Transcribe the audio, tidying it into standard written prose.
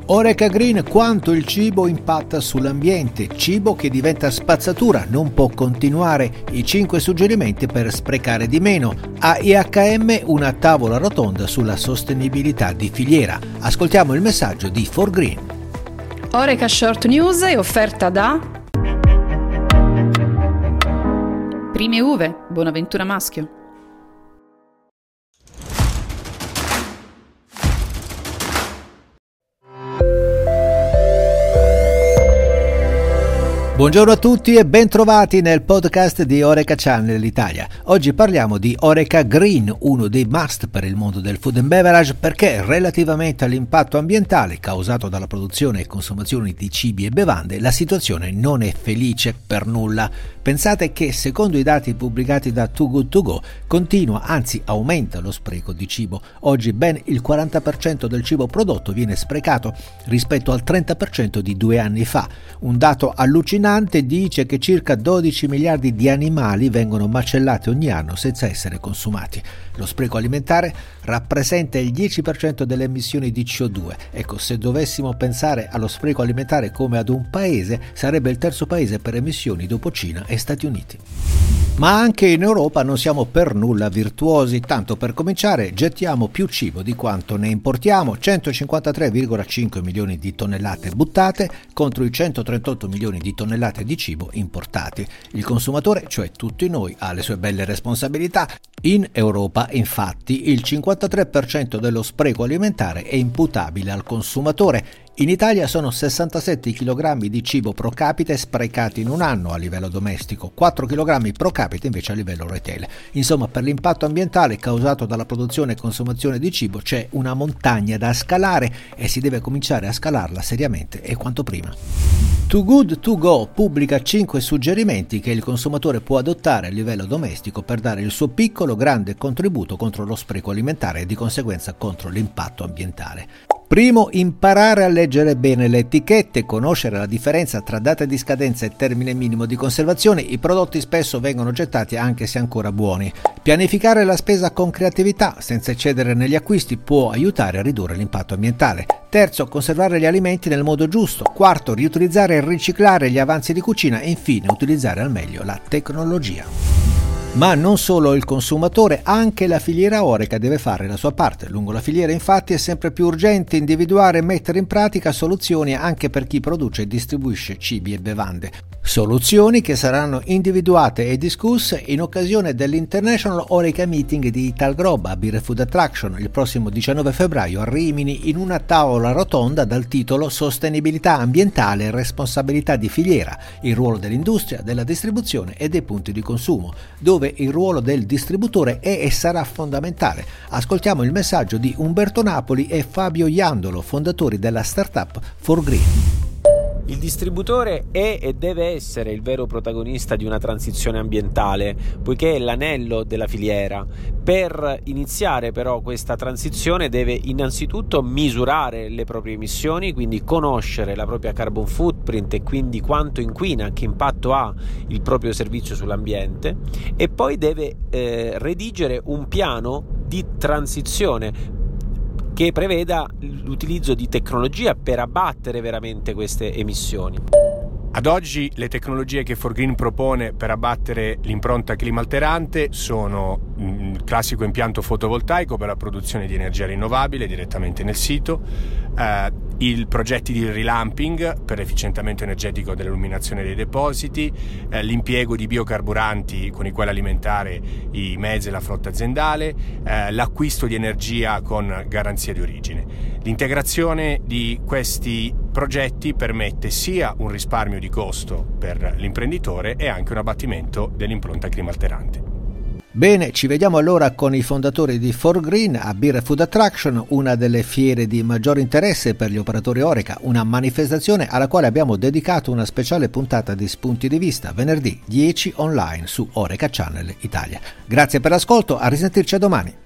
Oreca Green, quanto il cibo impatta sull'ambiente, cibo che diventa spazzatura, non può continuare, i 5 suggerimenti per sprecare di meno, a IHM una tavola rotonda sulla sostenibilità di filiera. Ascoltiamo il messaggio di ForGreen. Oreca Short News è offerta da Prime Uve, Bonaventura Maschio. Buongiorno a tutti e bentrovati nel podcast di Oreca Channel Italia. Oggi parliamo di Oreca Green, uno dei must per il mondo del food and beverage, perché relativamente all'impatto ambientale causato dalla produzione e consumazione di cibi e bevande la situazione non è felice per nulla. Pensate che secondo i dati pubblicati da Too Good To Go continua, anzi aumenta lo spreco di cibo. Oggi ben il 40% del cibo prodotto viene sprecato rispetto al 30% di 2 anni fa. Un dato allucinante dice che circa 12 miliardi di animali vengono macellati ogni anno senza essere consumati. Lo spreco alimentare rappresenta il 10% delle emissioni di CO2. Ecco, se dovessimo pensare allo spreco alimentare come ad un paese, sarebbe il terzo paese per emissioni dopo Cina e Stati Uniti. Ma anche in Europa non siamo per nulla virtuosi, tanto per cominciare gettiamo più cibo di quanto ne importiamo, 153,5 milioni di tonnellate buttate contro i 138 milioni di tonnellate di cibo importati. Il consumatore, cioè tutti noi, ha le sue belle responsabilità. In Europa, infatti, il 53% dello spreco alimentare è imputabile al consumatore. In Italia sono 67 kg di cibo pro capite sprecati in un anno a livello domestico, 4 kg pro capite invece a livello retail. Insomma, per l'impatto ambientale causato dalla produzione e consumazione di cibo c'è una montagna da scalare e si deve cominciare a scalarla seriamente e quanto prima. Too Good To Go pubblica 5 suggerimenti che il consumatore può adottare a livello domestico per dare il suo piccolo grande contributo contro lo spreco alimentare e di conseguenza contro l'impatto ambientale. Primo, imparare a leggere bene le etichette, conoscere la differenza tra data di scadenza e termine minimo di conservazione. I prodotti spesso vengono gettati anche se ancora buoni. Pianificare la spesa con creatività, senza eccedere negli acquisti, può aiutare a ridurre l'impatto ambientale. Terzo, conservare gli alimenti nel modo giusto. Quarto, riutilizzare e riciclare gli avanzi di cucina e infine utilizzare al meglio la tecnologia. Ma non solo il consumatore, anche la filiera Oreca deve fare la sua parte. Lungo la filiera infatti è sempre più urgente individuare e mettere in pratica soluzioni anche per chi produce e distribuisce cibi e bevande. Soluzioni che saranno individuate e discusse in occasione dell'International Oreca Meeting di Italgrob a Beer Food Attraction il prossimo 19 febbraio a Rimini in una tavola rotonda dal titolo Sostenibilità ambientale e responsabilità di filiera, il ruolo dell'industria, della distribuzione e dei punti di consumo, dove il ruolo del distributore è e sarà fondamentale. Ascoltiamo il messaggio di Umberto Napoli e Fabio Iandolo, fondatori della startup ForGreen. Il distributore è e deve essere il vero protagonista di una transizione ambientale, poiché è l'anello della filiera. Per iniziare però questa transizione deve innanzitutto misurare le proprie emissioni, quindi conoscere la propria carbon footprint e quindi quanto inquina, che impatto ha il proprio servizio sull'ambiente, e poi deve redigere un piano di transizione che preveda l'utilizzo di tecnologia per abbattere veramente queste emissioni. Ad oggi le tecnologie che ForGreen propone per abbattere l'impronta climalterante sono il classico impianto fotovoltaico per la produzione di energia rinnovabile direttamente nel sito, i progetti di relamping per l'efficientamento energetico dell'illuminazione dei depositi, l'impiego di biocarburanti con i quali alimentare i mezzi e la flotta aziendale, l'acquisto di energia con garanzia di origine. L'integrazione di questi progetti permette sia un risparmio di costo per l'imprenditore e anche un abbattimento dell'impronta climalterante. Bene, ci vediamo allora con i fondatori di ForGreen a Beer Food Attraction, una delle fiere di maggior interesse per gli operatori Oreca, una manifestazione alla quale abbiamo dedicato una speciale puntata di Spunti di Vista, venerdì 10 online su Oreca Channel Italia. Grazie per l'ascolto, a risentirci a domani.